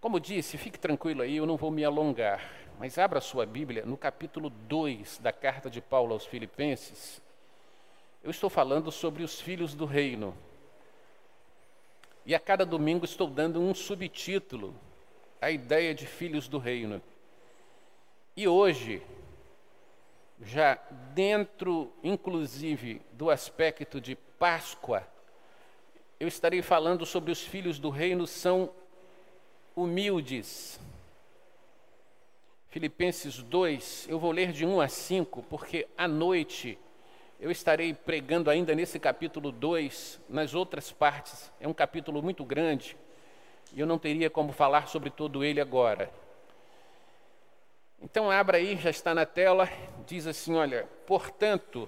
Como disse, fique tranquilo aí, eu não vou me alongar, mas abra sua Bíblia no capítulo 2 da carta de Paulo aos Filipenses. Eu estou falando sobre os filhos do reino. E a cada domingo estou dando um subtítulo, a ideia de filhos do reino. E hoje, já dentro, inclusive, do aspecto de Páscoa, eu estarei falando sobre os filhos do reino são humildes. Filipenses 2, eu vou ler de 1 a 5, porque à noite eu estarei pregando ainda nesse capítulo 2, nas outras partes. É um capítulo muito grande e eu não teria como falar sobre todo ele agora. Então abra aí, já está na tela, diz assim, olha, portanto,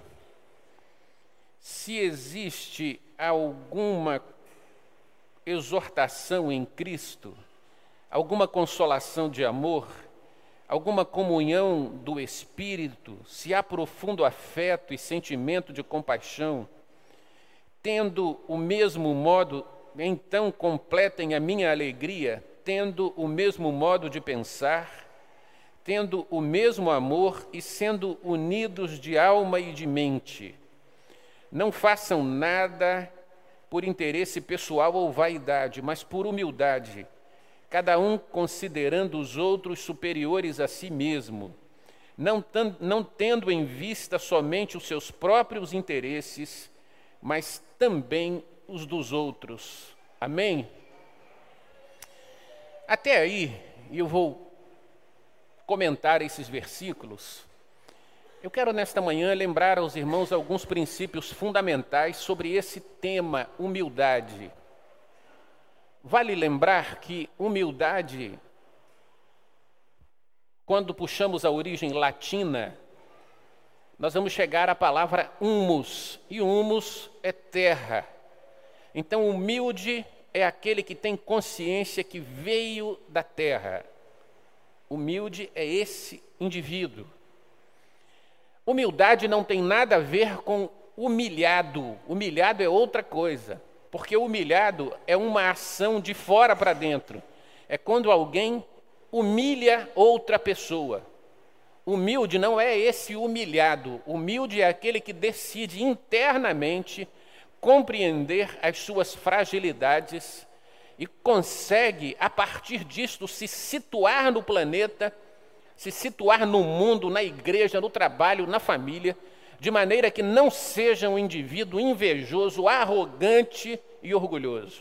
se existe alguma exortação em Cristo, alguma consolação de amor, alguma comunhão do Espírito, se há profundo afeto e sentimento de compaixão, tendo o mesmo modo, então completem a minha alegria, tendo o mesmo modo de pensar, tendo o mesmo amor e sendo unidos de alma e de mente. Não façam nada por interesse pessoal ou vaidade, mas por humildade, cada um considerando os outros superiores a si mesmo, não tendo em vista somente os seus próprios interesses, mas também os dos outros. Amém? Até aí, eu vou comentar esses versículos. Eu quero nesta manhã lembrar aos irmãos alguns princípios fundamentais sobre esse tema, humildade. Vale lembrar que humildade, quando puxamos a origem latina, nós vamos chegar à palavra humus, e humus é terra. Então, humilde é aquele que tem consciência que veio da terra. Humilde é esse indivíduo. Humildade não tem nada a ver com humilhado. Humilhado é outra coisa. Porque humilhado é uma ação de fora para dentro. É quando alguém humilha outra pessoa. Humilde não é esse humilhado. Humilde é aquele que decide internamente compreender as suas fragilidades e consegue, a partir disto, se situar no planeta, se situar no mundo, na igreja, no trabalho, na família, de maneira que não seja um indivíduo invejoso, arrogante e orgulhoso.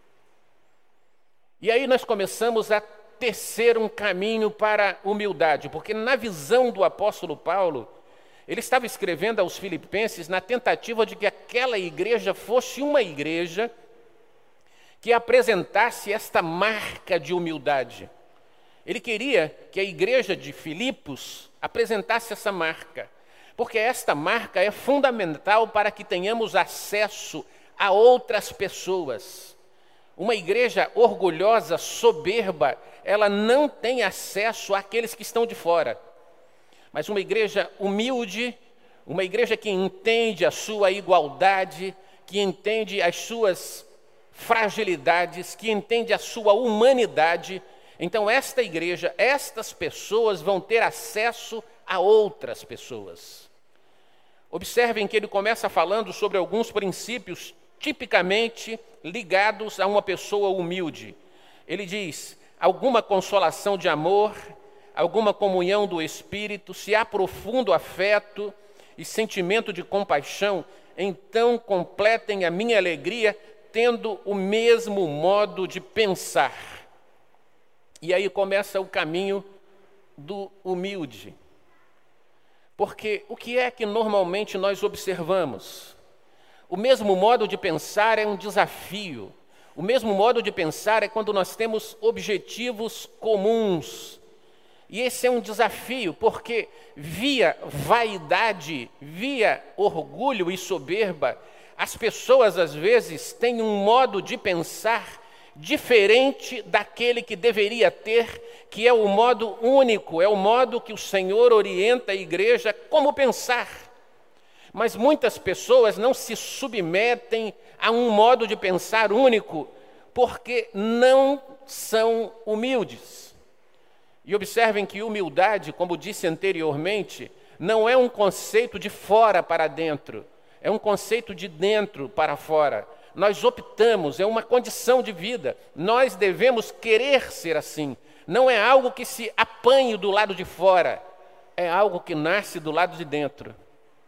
E aí nós começamos a tecer um caminho para a humildade, porque na visão do apóstolo Paulo, ele estava escrevendo aos Filipenses na tentativa de que aquela igreja fosse uma igreja que apresentasse esta marca de humildade. Ele queria que a igreja de Filipos apresentasse essa marca, porque esta marca é fundamental para que tenhamos acesso a outras pessoas. Uma igreja orgulhosa, soberba, ela não tem acesso àqueles que estão de fora. Mas uma igreja humilde, uma igreja que entende a sua igualdade, que entende as suas fragilidades, que entende a sua humanidade, então esta igreja, estas pessoas vão ter acesso a outras pessoas. Observem que ele começa falando sobre alguns princípios tipicamente ligados a uma pessoa humilde. Ele diz, alguma consolação de amor, alguma comunhão do Espírito, se há profundo afeto e sentimento de compaixão, então completem a minha alegria, tendo o mesmo modo de pensar. E aí começa o caminho do humilde. Porque o que é que normalmente nós observamos? O mesmo modo de pensar é um desafio. O mesmo modo de pensar é quando nós temos objetivos comuns. E esse é um desafio, porque via vaidade, via orgulho e soberba, as pessoas às vezes têm um modo de pensar diferente daquele que deveria ter, que é o modo único, é o modo que o Senhor orienta a igreja como pensar. Mas muitas pessoas não se submetem a um modo de pensar único, porque não são humildes. E observem que humildade, como disse anteriormente, não é um conceito de fora para dentro, é um conceito de dentro para fora. Nós optamos, é uma condição de vida, nós devemos querer ser assim. Não é algo que se apanhe do lado de fora, é algo que nasce do lado de dentro.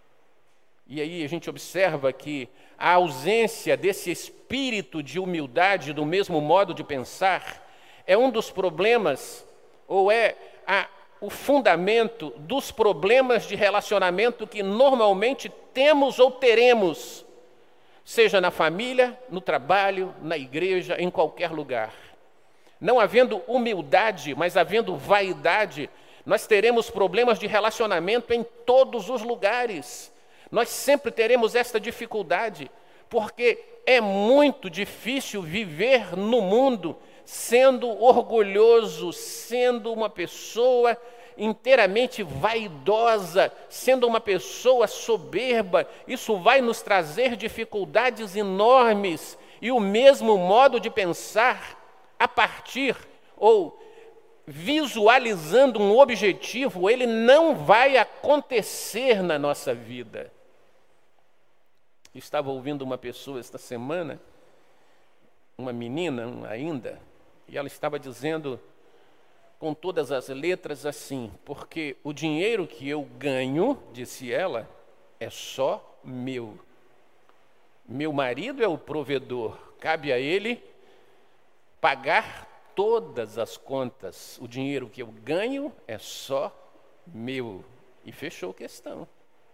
E aí a gente observa que a ausência desse espírito de humildade, do mesmo modo de pensar, é um dos problemas, ou é o fundamento dos problemas de relacionamento que normalmente temos ou teremos, seja na família, no trabalho, na igreja, em qualquer lugar. Não havendo humildade, mas havendo vaidade, nós teremos problemas de relacionamento em todos os lugares. Nós sempre teremos esta dificuldade, porque é muito difícil viver no mundo sendo orgulhoso, sendo uma pessoa inteiramente vaidosa, sendo uma pessoa soberba. Isso vai nos trazer dificuldades enormes. E o mesmo modo de pensar a partir ou visualizando um objetivo, ele não vai acontecer na nossa vida. Estava ouvindo uma pessoa esta semana, uma menina ainda, e ela estava dizendo com todas as letras assim: porque o dinheiro que eu ganho, disse ela, é só meu. Meu marido é o provedor, cabe a ele pagar todas as contas. O dinheiro que eu ganho é só meu. E fechou a questão.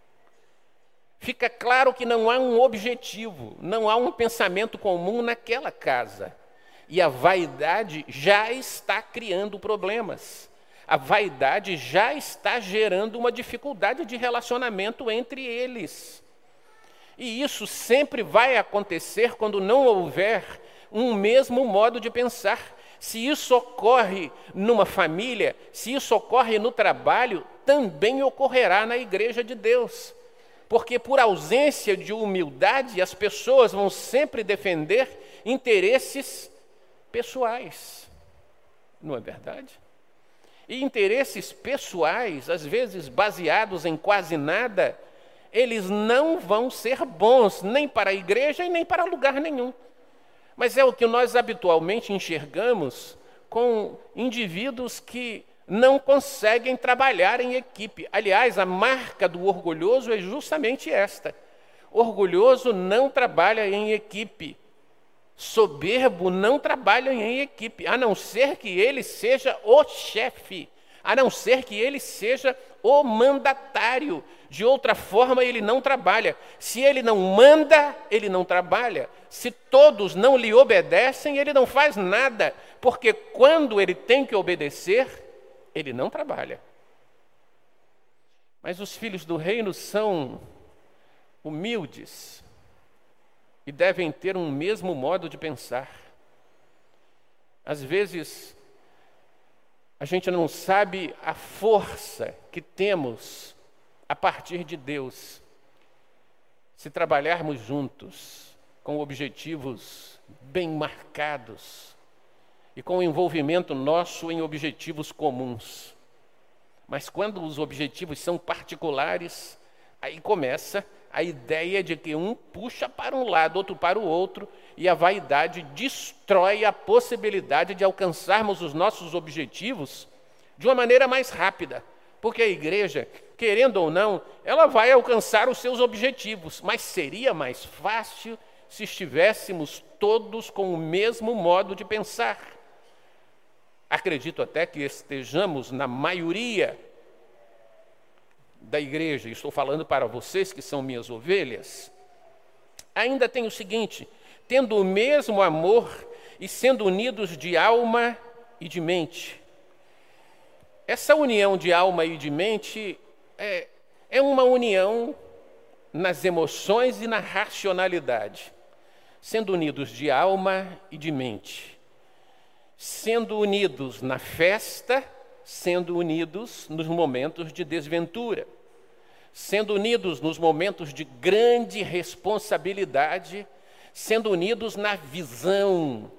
Fica claro que não há um objetivo, não há um pensamento comum naquela casa. E a vaidade já está criando problemas. A vaidade já está gerando uma dificuldade de relacionamento entre eles. E isso sempre vai acontecer quando não houver um mesmo modo de pensar. Se isso ocorre numa família, se isso ocorre no trabalho, também ocorrerá na igreja de Deus. Porque por ausência de humildade, as pessoas vão sempre defender interesses pessoais. Não é verdade? E interesses pessoais, às vezes baseados em quase nada, eles não vão ser bons nem para a igreja e nem para lugar nenhum. Mas é o que nós habitualmente enxergamos com indivíduos que não conseguem trabalhar em equipe. Aliás, a marca do orgulhoso é justamente esta. Orgulhoso não trabalha em equipe. Soberbo não trabalha em equipe, a não ser que ele seja o chefe, a não ser que ele seja o mandatário. De outra forma, ele não trabalha. Se ele não manda, ele não trabalha. Se todos não lhe obedecem, ele não faz nada, porque quando ele tem que obedecer, ele não trabalha. Mas os filhos do reino são humildes e devem ter um mesmo modo de pensar. Às vezes, a gente não sabe a força que temos a partir de Deus, se trabalharmos juntos, com objetivos bem marcados e com o envolvimento nosso em objetivos comuns. Mas quando os objetivos são particulares, aí começa a ideia de que um puxa para um lado, outro para o outro, e a vaidade destrói a possibilidade de alcançarmos os nossos objetivos de uma maneira mais rápida. Porque a igreja, querendo ou não, ela vai alcançar os seus objetivos, mas seria mais fácil se estivéssemos todos com o mesmo modo de pensar. Acredito até que estejamos na maioria da igreja, estou falando para vocês que são minhas ovelhas. Ainda tem o seguinte: tendo o mesmo amor e sendo unidos de alma e de mente. Essa união de alma e de mente é uma união nas emoções e na racionalidade. Sendo unidos de alma e de mente. Sendo unidos na festa, sendo unidos nos momentos de desventura. Sendo unidos nos momentos de grande responsabilidade, sendo unidos na visão.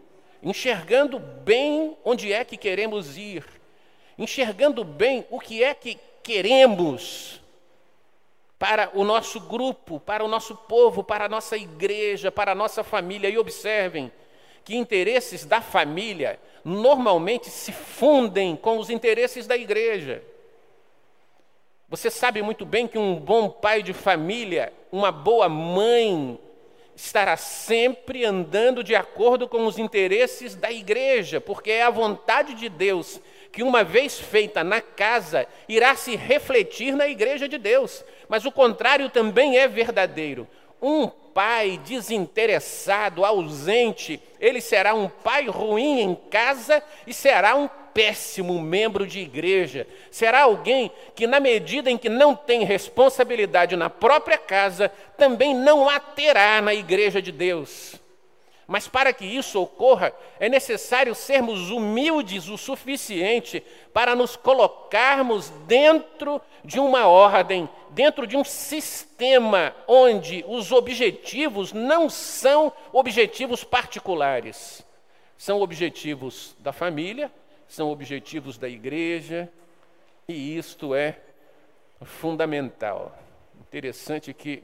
enxergando bem onde é que queremos ir, enxergando bem o que é que queremos para o nosso grupo, para o nosso povo, para a nossa igreja, para a nossa família. E observem que interesses da família normalmente se fundem com os interesses da igreja. Você sabe muito bem que um bom pai de família, uma boa mãe, estará sempre andando de acordo com os interesses da igreja, porque é a vontade de Deus que, uma vez feita na casa, irá se refletir na igreja de Deus. Mas o contrário também é verdadeiro. Um pai desinteressado, ausente, ele será um pai ruim em casa e será um péssimo membro de igreja. Será alguém que, na medida em que não tem responsabilidade na própria casa, também não a terá na igreja de Deus. Mas para que isso ocorra, é necessário sermos humildes o suficiente para nos colocarmos dentro de uma ordem, dentro de um sistema onde os objetivos não são objetivos particulares. São objetivos da família, são objetivos da igreja, e isto é fundamental. Interessante que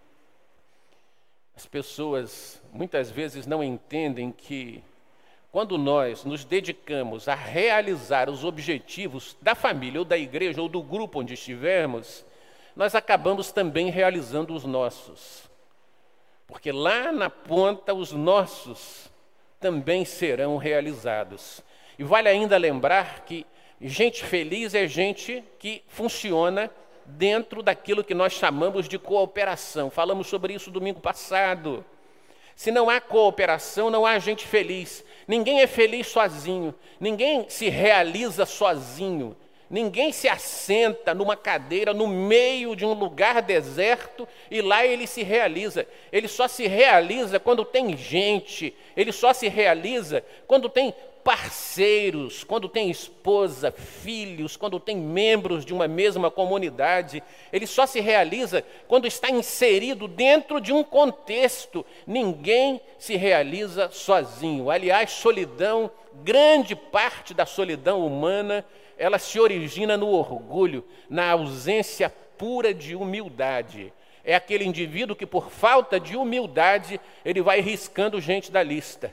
as pessoas muitas vezes não entendem que, quando nós nos dedicamos a realizar os objetivos da família ou da igreja ou do grupo onde estivermos, nós acabamos também realizando os nossos. Porque lá na ponta os nossos também serão realizados. E vale ainda lembrar que gente feliz é gente que funciona dentro daquilo que nós chamamos de cooperação. Falamos sobre isso domingo passado. Se não há cooperação, não há gente feliz. Ninguém é feliz sozinho. Ninguém se realiza sozinho. Ninguém se assenta numa cadeira no meio de um lugar deserto e lá ele se realiza. Ele só se realiza quando tem gente. Ele só se realiza quando tem parceiros, quando tem esposa, filhos, quando tem membros de uma mesma comunidade. Ele só se realiza quando está inserido dentro de um contexto. Ninguém se realiza sozinho. Aliás, solidão, grande parte da solidão humana, ela se origina no orgulho, na ausência pura de humildade. É aquele indivíduo que, por falta de humildade, ele vai riscando gente da lista.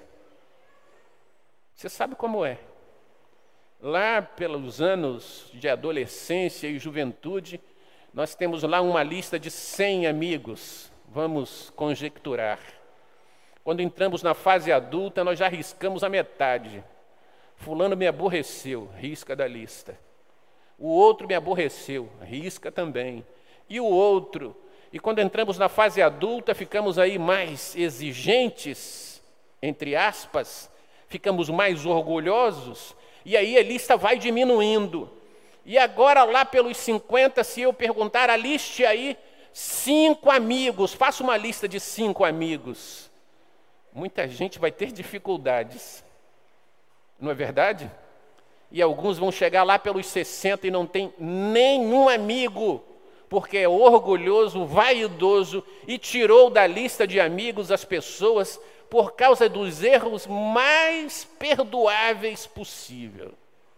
Você sabe como é. Lá pelos anos de adolescência e juventude, nós temos lá uma lista de 100 amigos, vamos conjecturar. Quando entramos na fase adulta, nós já riscamos a metade. Fulano me aborreceu, risca da lista. O outro me aborreceu, risca também. E o outro. E quando entramos na fase adulta, ficamos aí mais exigentes, entre aspas, ficamos mais orgulhosos, e aí a lista vai diminuindo. E agora, lá pelos 50, se eu perguntar, aliste aí 5 amigos, faça uma lista de 5 amigos. Muita gente vai ter dificuldades, não é verdade? E alguns vão chegar lá pelos 60 e não tem nenhum amigo, porque é orgulhoso, vaidoso, e tirou da lista de amigos as pessoas por causa dos erros mais perdoáveis possível.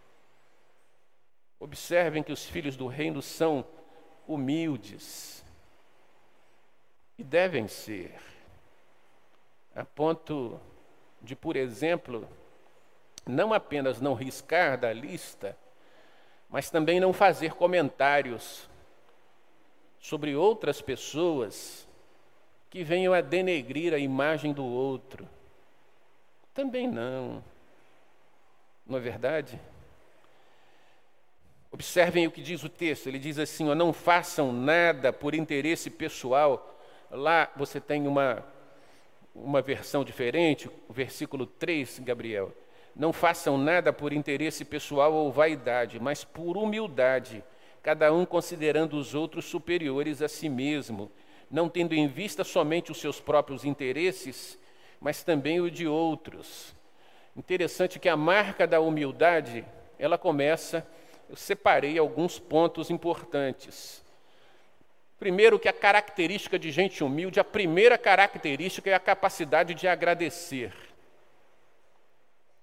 Observem que os filhos do reino são humildes. E devem ser. A ponto de, por exemplo, não apenas não riscar da lista, mas também não fazer comentários sobre outras pessoas que venham a denegrir a imagem do outro. Também não. Não é verdade? Observem o que diz o texto. Ele diz assim, ó, não façam nada por interesse pessoal. Lá você tem uma versão diferente, o versículo 3, Gabriel. Não façam nada por interesse pessoal ou vaidade, mas por humildade, cada um considerando os outros superiores a si mesmo, não tendo em vista somente os seus próprios interesses, mas também o de outros. Interessante que a marca da humildade, ela começa, eu separei alguns pontos importantes. Primeiro, que a característica de gente humilde, a primeira característica é a capacidade de agradecer.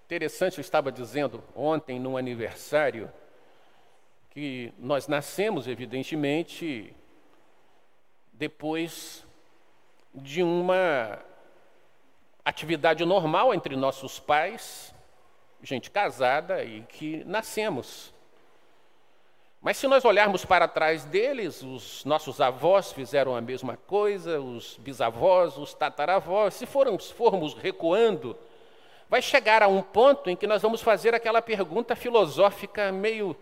Interessante, eu estava dizendo ontem, num aniversário, que nós nascemos, evidentemente, depois de uma atividade normal entre nossos pais, gente casada, e que nascemos. Mas se nós olharmos para trás deles, os nossos avós fizeram a mesma coisa, os bisavós, os tataravós. Se formos recuando, vai chegar a um ponto em que nós vamos fazer aquela pergunta filosófica meio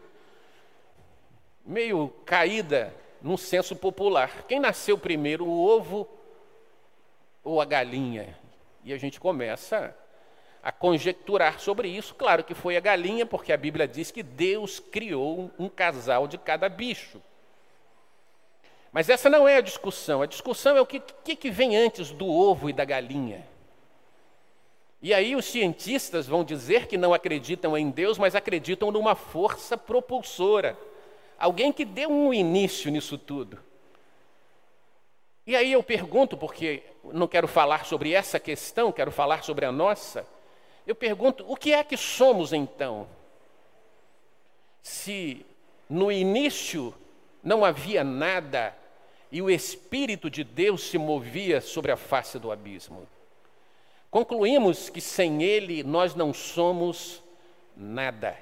caída num senso popular. Quem nasceu primeiro, o ovo ou a galinha? E a gente começa a conjecturar sobre isso. Claro que foi a galinha, porque a Bíblia diz que Deus criou um casal de cada bicho. Mas essa não é a discussão. A discussão é o que vem antes do ovo e da galinha. E aí os cientistas vão dizer que não acreditam em Deus, mas acreditam numa força propulsora. Alguém que deu um início nisso tudo. E aí eu pergunto, porque não quero falar sobre essa questão, quero falar sobre a nossa. Eu pergunto, o que é que somos então? Se no início não havia nada e o Espírito de Deus se movia sobre a face do abismo. Concluímos que sem Ele nós não somos nada.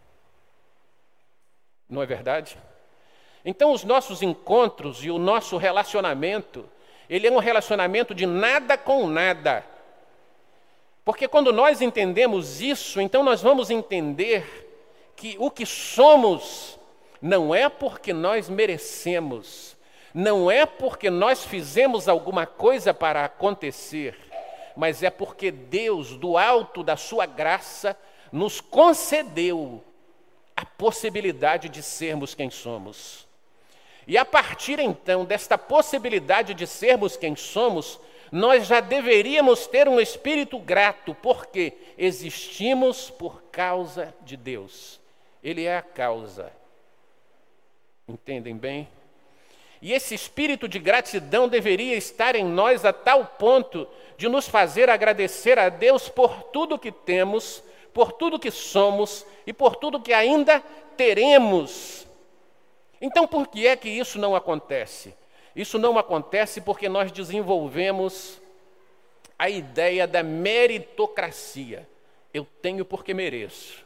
Não é verdade? Então os nossos encontros e o nosso relacionamento, ele é um relacionamento de nada com nada. Porque quando nós entendemos isso, então nós vamos entender que o que somos não é porque nós merecemos, não é porque nós fizemos alguma coisa para acontecer, mas é porque Deus, do alto da sua graça, nos concedeu a possibilidade de sermos quem somos. E a partir então desta possibilidade de sermos quem somos, nós já deveríamos ter um espírito grato, porque existimos por causa de Deus. Ele é a causa. Entendem bem? E esse espírito de gratidão deveria estar em nós a tal ponto de nos fazer agradecer a Deus por tudo que temos, por tudo que somos e por tudo que ainda teremos. Então, por que é que isso não acontece? Isso não acontece porque nós desenvolvemos a ideia da meritocracia. Eu tenho porque mereço.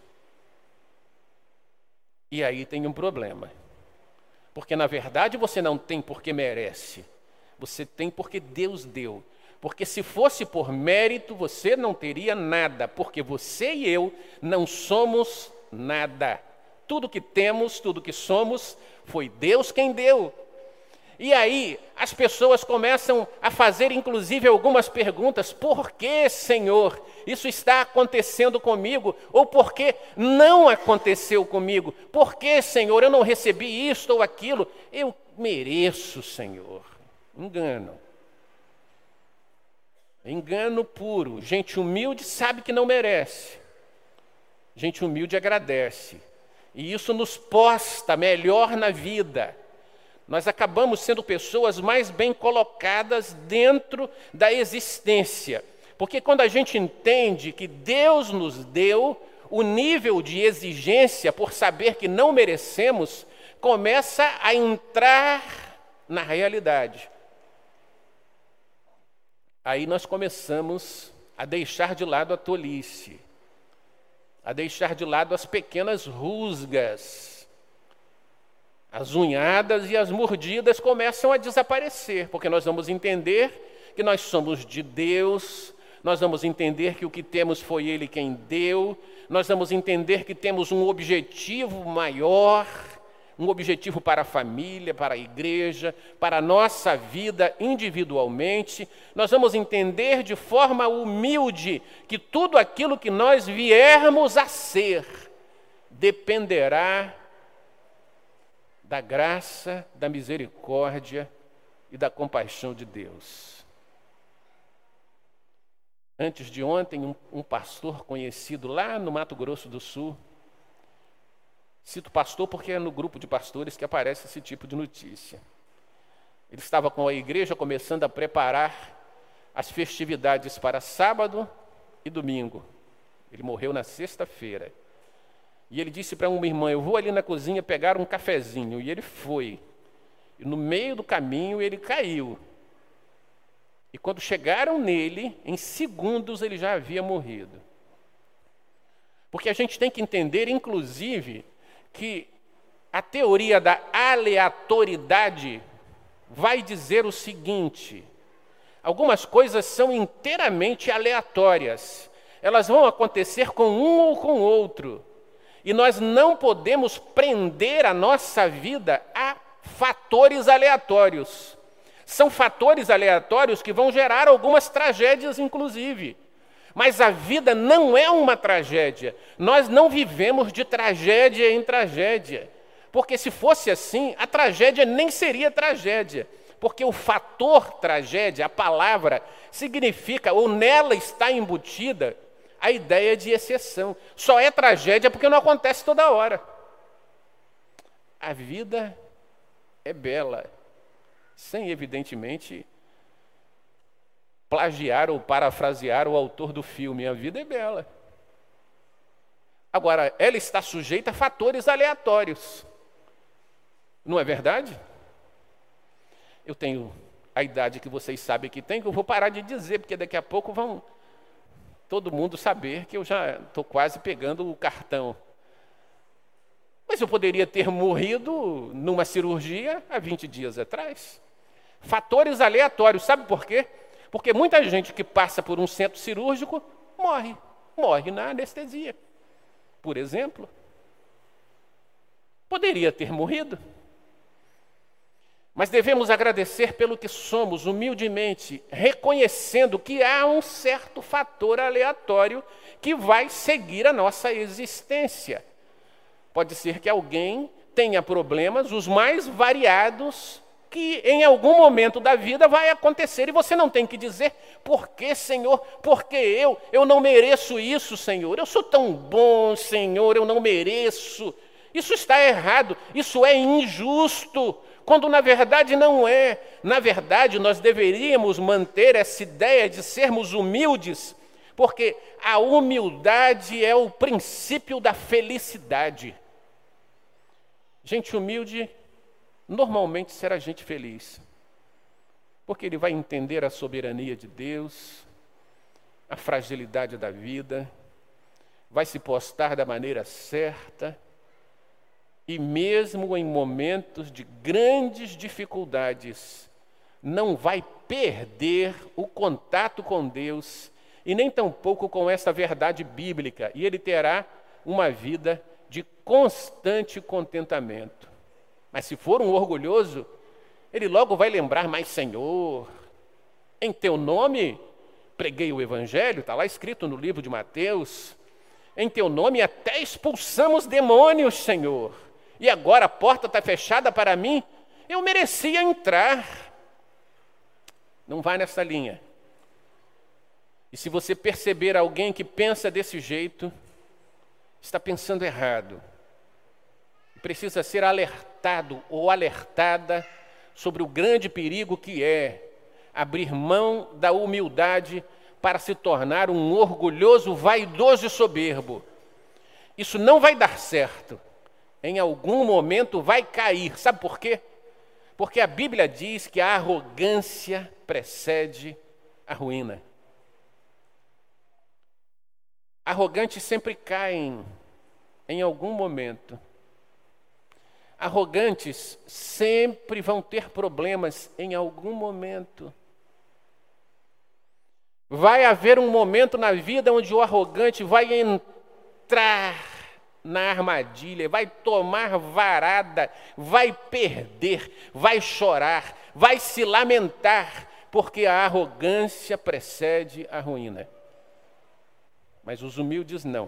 E aí tem um problema. Porque, na verdade, você não tem porque merece. Você tem porque Deus deu. Porque se fosse por mérito, você não teria nada. Porque você e eu não somos nada. Tudo que temos, tudo que somos, foi Deus quem deu. E aí as pessoas começam a fazer inclusive algumas perguntas. Por que, Senhor, isso está acontecendo comigo? Ou por que não aconteceu comigo? Por que, Senhor, eu não recebi isto ou aquilo? Eu mereço, Senhor. Engano. Engano puro. Gente humilde sabe que não merece. Gente humilde agradece. E isso nos posta melhor na vida. Nós acabamos sendo pessoas mais bem colocadas dentro da existência. Porque quando a gente entende que Deus nos deu, o nível de exigência por saber que não merecemos começa a entrar na realidade. Aí nós começamos a deixar de lado a tolice, a deixar de lado as pequenas rusgas. As unhadas e as mordidas começam a desaparecer, porque nós vamos entender que nós somos de Deus, nós vamos entender que o que temos foi Ele quem deu, nós vamos entender que temos um objetivo maior, um objetivo para a família, para a igreja, para a nossa vida individualmente. Nós vamos entender de forma humilde que tudo aquilo que nós viermos a ser dependerá da graça, da misericórdia e da compaixão de Deus. Antes de ontem, um pastor conhecido lá no Mato Grosso do Sul, cito pastor porque é no grupo de pastores que aparece esse tipo de notícia. Ele estava com a igreja começando a preparar as festividades para sábado e domingo. Ele morreu na sexta-feira. E ele disse para uma irmã, eu vou ali na cozinha pegar um cafezinho. E ele foi. E no meio do caminho ele caiu. E quando chegaram nele, em segundos ele já havia morrido. Porque a gente tem que entender, inclusive, que a teoria da aleatoriedade vai dizer o seguinte: algumas coisas são inteiramente aleatórias. Elas vão acontecer com um ou com outro. E nós não podemos prender a nossa vida a fatores aleatórios. São fatores aleatórios que vão gerar algumas tragédias, inclusive. Mas a vida não é uma tragédia. Nós não vivemos de tragédia em tragédia. Porque se fosse assim, a tragédia nem seria tragédia. Porque o fator tragédia, a palavra, significa, ou nela está embutida, a ideia de exceção. Só é tragédia porque não acontece toda hora. A vida é bela, sem, evidentemente, plagiar ou parafrasear o autor do filme. A vida é bela. Agora, ela está sujeita a fatores aleatórios. Não é verdade? Eu tenho a idade que vocês sabem que tem, que eu vou parar de dizer, porque daqui a pouco vão todo mundo saber que eu já estou quase pegando o cartão. Mas eu poderia ter morrido numa cirurgia há 20 dias atrás. Fatores aleatórios, sabe por quê? Porque muita gente que passa por um centro cirúrgico morre na anestesia, por exemplo. Poderia ter morrido. Mas devemos agradecer pelo que somos, humildemente, reconhecendo que há um certo fator aleatório que vai seguir a nossa existência. Pode ser que alguém tenha problemas, os mais variados, que em algum momento da vida vai acontecer. E você não tem que dizer, por que, Senhor? Porque eu não mereço isso, Senhor. Eu sou tão bom, Senhor, eu não mereço. Isso está errado, isso é injusto. Quando na verdade não é. Na verdade, nós deveríamos manter essa ideia de sermos humildes, porque a humildade é o princípio da felicidade. Gente humilde normalmente será gente feliz, porque ele vai entender a soberania de Deus, a fragilidade da vida, vai se postar da maneira certa, e mesmo em momentos de grandes dificuldades, não vai perder o contato com Deus e nem tampouco com essa verdade bíblica. E ele terá uma vida de constante contentamento. Mas se for um orgulhoso, ele logo vai lembrar, mas Senhor, em teu nome preguei o evangelho, está lá escrito no livro de Mateus, em teu nome até expulsamos demônios, Senhor. E agora a porta está fechada para mim, eu merecia entrar. Não vai nessa linha. E se você perceber alguém que pensa desse jeito, está pensando errado. Precisa ser alertado ou alertada sobre o grande perigo que é abrir mão da humildade para se tornar um orgulhoso, vaidoso e soberbo. Isso não vai dar certo. Em algum momento vai cair. Sabe por quê? Porque a Bíblia diz que a arrogância precede a ruína. Arrogantes sempre caem em algum momento. Arrogantes sempre vão ter problemas em algum momento. Vai haver um momento na vida onde o arrogante vai entrar na armadilha, vai tomar varada, vai perder, vai chorar, vai se lamentar, porque a arrogância precede a ruína. Mas os humildes não.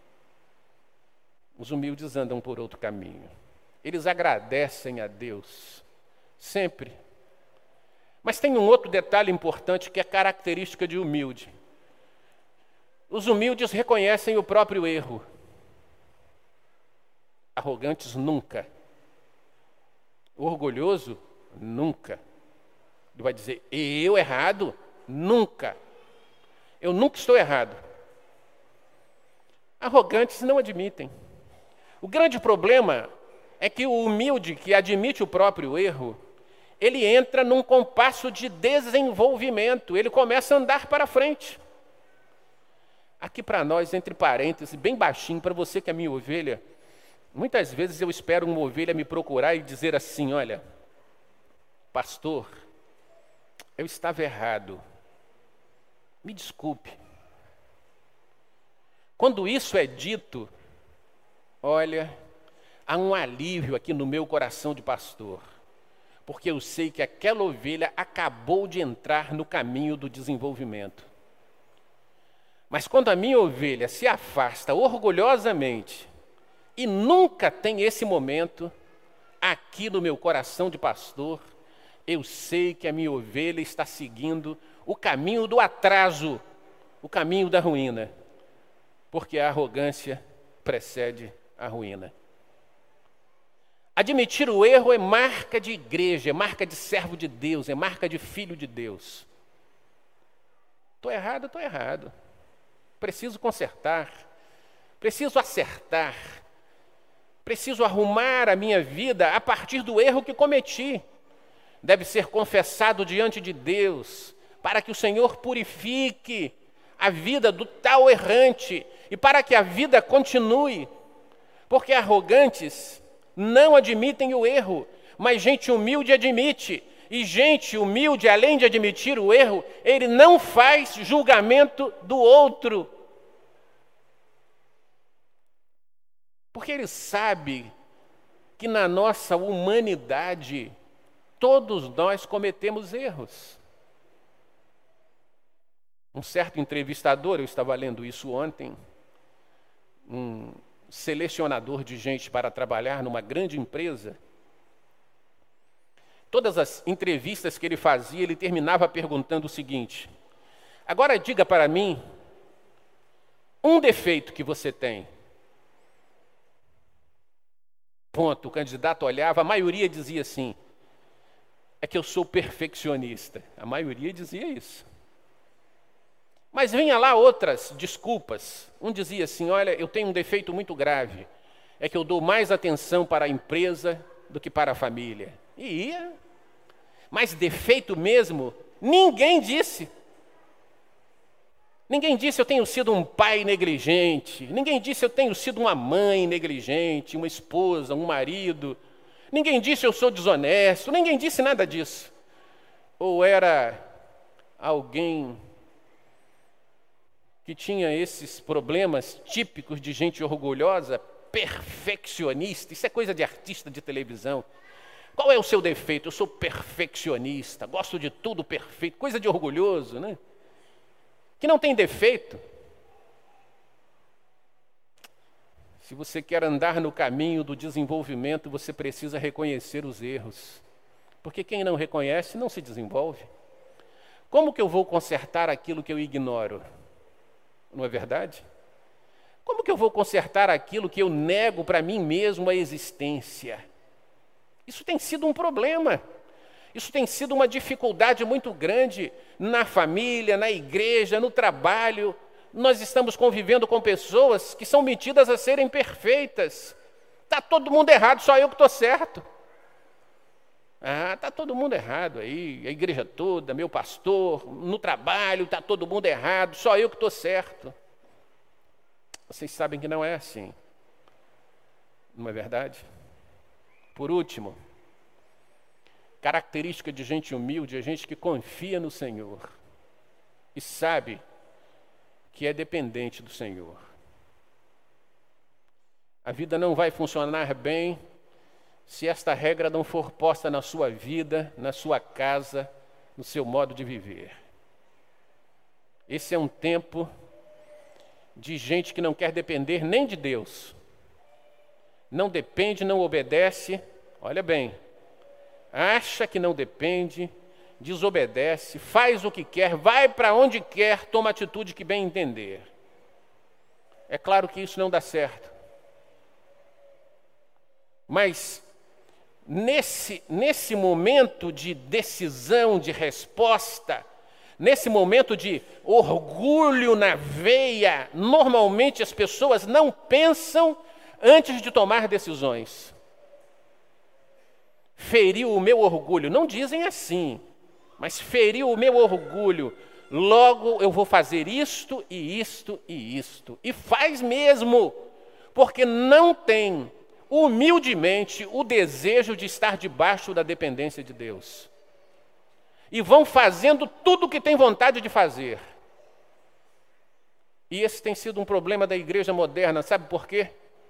Os humildes andam por outro caminho. Eles agradecem a Deus, sempre. Mas tem um outro detalhe importante que é característica de humilde. Os humildes reconhecem o próprio erro. Arrogantes nunca. O orgulhoso nunca. Ele vai dizer, eu errado? Nunca. Eu nunca estou errado. Arrogantes não admitem. O grande problema é que o humilde que admite o próprio erro, ele entra num compasso de desenvolvimento, ele começa a andar para frente. Aqui para nós, entre parênteses, bem baixinho, para você que é minha ovelha, muitas vezes eu espero uma ovelha me procurar e dizer assim: olha, pastor, eu estava errado, me desculpe. Quando isso é dito, olha, há um alívio aqui no meu coração de pastor, porque eu sei que aquela ovelha acabou de entrar no caminho do desenvolvimento. Mas quando a minha ovelha se afasta orgulhosamente e nunca tem esse momento, aqui no meu coração de pastor, eu sei que a minha ovelha está seguindo o caminho do atraso, o caminho da ruína, porque a arrogância precede a ruína. Admitir o erro é marca de igreja, é marca de servo de Deus, é marca de filho de Deus. Estou errado, estou errado. Preciso consertar, preciso acertar, preciso arrumar a minha vida a partir do erro que cometi. Deve ser confessado diante de Deus, para que o Senhor purifique a vida do tal errante e para que a vida continue. Porque arrogantes não admitem o erro, mas gente humilde admite. E gente humilde, além de admitir o erro, ele não faz julgamento do outro. Porque ele sabe que na nossa humanidade, todos nós cometemos erros. Um certo entrevistador, eu estava lendo isso ontem, um selecionador de gente para trabalhar numa grande empresa, todas as entrevistas que ele fazia, ele terminava perguntando o seguinte: agora diga para mim um defeito que você tem. Ponto. O candidato olhava, a maioria dizia assim: é que eu sou perfeccionista. A maioria dizia isso. Mas vinha lá outras desculpas. Um dizia assim: olha, eu tenho um defeito muito grave, é que eu dou mais atenção para a empresa do que para a família. E ia. Mas defeito mesmo, ninguém disse. Ninguém disse eu tenho sido um pai negligente. Ninguém disse eu tenho sido uma mãe negligente, uma esposa, um marido. Ninguém disse eu sou desonesto. Ninguém disse nada disso. Ou era alguém que tinha esses problemas típicos de gente orgulhosa, perfeccionista. Isso é coisa de artista de televisão. Qual é o seu defeito? Eu sou perfeccionista, gosto de tudo perfeito. Coisa de orgulhoso, né? Que não tem defeito. Se você quer andar no caminho do desenvolvimento, você precisa reconhecer os erros. Porque quem não reconhece não se desenvolve. Como que eu vou consertar aquilo que eu ignoro? Não é verdade? Como que eu vou consertar aquilo que eu nego para mim mesmo a existência? Isso tem sido um problema. Isso tem sido uma dificuldade muito grande na família, na igreja, no trabalho. Nós estamos convivendo com pessoas que são metidas a serem perfeitas. Está todo mundo errado, só eu que estou certo. Está todo mundo errado aí, a igreja toda, meu pastor, no trabalho está todo mundo errado, só eu que estou certo. Vocês sabem que não é assim. Não é verdade? Por último, característica de gente humilde é gente que confia no Senhor e sabe que é dependente do Senhor. A vida não vai funcionar bem se esta regra não for posta na sua vida, na sua casa, no seu modo de viver. Esse é um tempo de gente que não quer depender nem de Deus. Não depende, não obedece, olha bem, acha que não depende, desobedece, faz o que quer, vai para onde quer, toma a atitude que bem entender. É claro que isso não dá certo. Mas nesse momento de decisão, de resposta, Nesse momento de orgulho na veia, normalmente as pessoas não pensam antes de tomar decisões. Feriu o meu orgulho. Não dizem assim, mas feriu o meu orgulho. Logo eu vou fazer isto e isto e isto. E faz mesmo, porque não tem humildemente o desejo de estar debaixo da dependência de Deus. E vão fazendo tudo o que tem vontade de fazer. E esse tem sido um problema da igreja moderna, sabe por quê?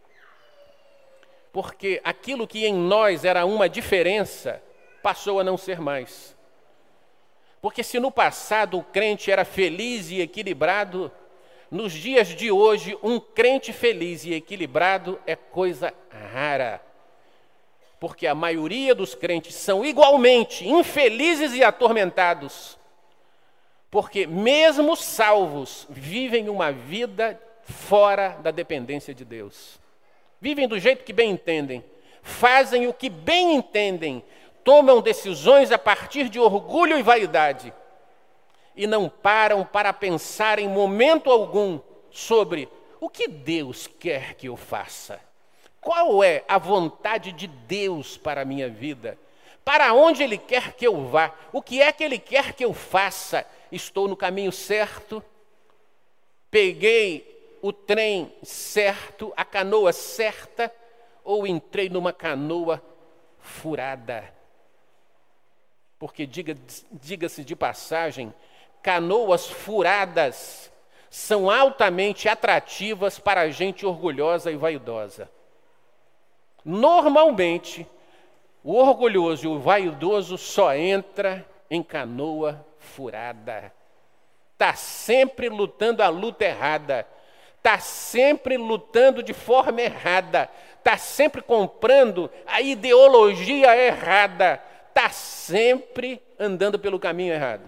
Porque aquilo que em nós era uma diferença, passou a não ser mais. Porque se no passado o crente era feliz e equilibrado, nos dias de hoje, um crente feliz e equilibrado é coisa rara. Porque a maioria dos crentes são igualmente infelizes e atormentados. Porque mesmo salvos, vivem uma vida fora da dependência de Deus. Vivem do jeito que bem entendem, fazem o que bem entendem, tomam decisões a partir de orgulho e vaidade. E não param para pensar em momento algum sobre o que Deus quer que eu faça. Qual é a vontade de Deus para a minha vida? Para onde Ele quer que eu vá? O que é que Ele quer que eu faça? Estou no caminho certo? Peguei o trem certo, a canoa certa? Ou entrei numa canoa furada? Porque, diga-se de passagem, canoas furadas são altamente atrativas para a gente orgulhosa e vaidosa. Normalmente, o orgulhoso e o vaidoso só entra em canoa furada. Está sempre lutando a luta errada. Está sempre lutando de forma errada. Está sempre comprando a ideologia errada. Está sempre andando pelo caminho errado.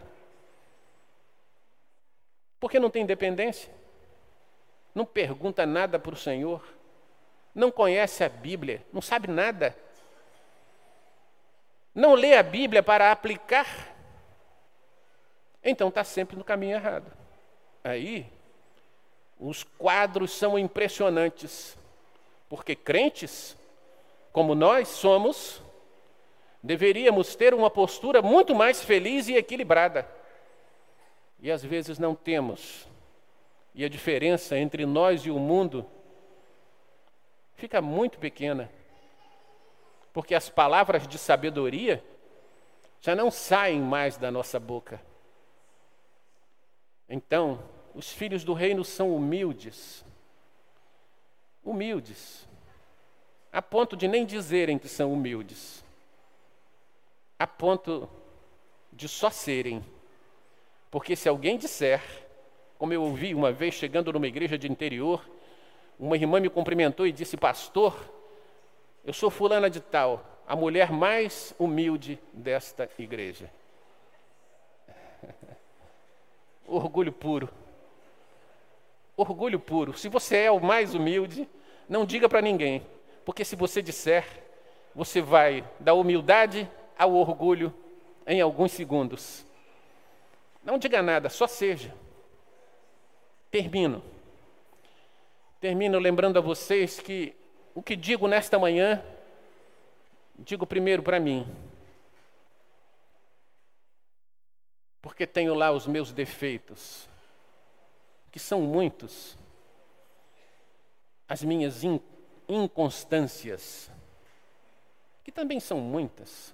Porque não tem independência. Não pergunta nada para o Senhor. Não conhece a Bíblia, não sabe nada. Não lê a Bíblia para aplicar. Então está sempre no caminho errado. Aí, os quadros são impressionantes. Porque crentes, como nós somos, deveríamos ter uma postura muito mais feliz e equilibrada. E às vezes não temos. E a diferença entre nós e o mundo fica muito pequena, porque as palavras de sabedoria já não saem mais da nossa boca. Então, os filhos do reino são humildes, a ponto de nem dizerem que são humildes, a ponto de só serem. Porque se alguém disser, como eu ouvi uma vez chegando numa igreja de interior, uma irmã me cumprimentou e disse: pastor, eu sou fulana de tal, a mulher mais humilde desta igreja. Orgulho puro. Orgulho puro. Se você é o mais humilde, não diga para ninguém. Porque se você disser, você vai da humildade ao orgulho em alguns segundos. Não diga nada, só seja. Termino lembrando a vocês que o que digo nesta manhã, digo primeiro para mim. Porque tenho lá os meus defeitos, que são muitos. As minhas inconstâncias, que também são muitas.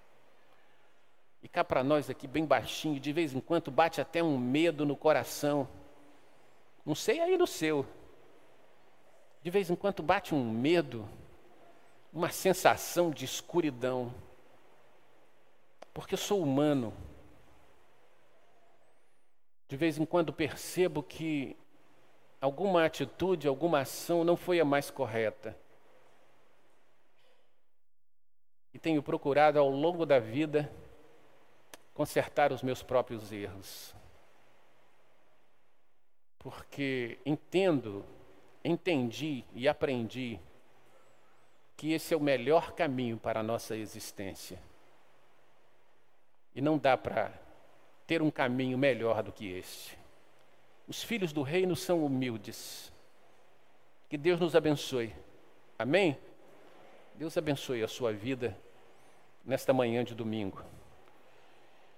E cá para nós aqui bem baixinho, de vez em quando bate até um medo no coração. Não sei aí no seu. De vez em quando bate um medo, uma sensação de escuridão. Porque eu sou humano. De vez em quando percebo que alguma atitude, alguma ação não foi a mais correta. E tenho procurado ao longo da vida consertar os meus próprios erros. Porque entendi e aprendi que esse é o melhor caminho para a nossa existência. E não dá para ter um caminho melhor do que este. Os filhos do reino são humildes. Que Deus nos abençoe. Amém? Deus abençoe a sua vida nesta manhã de domingo.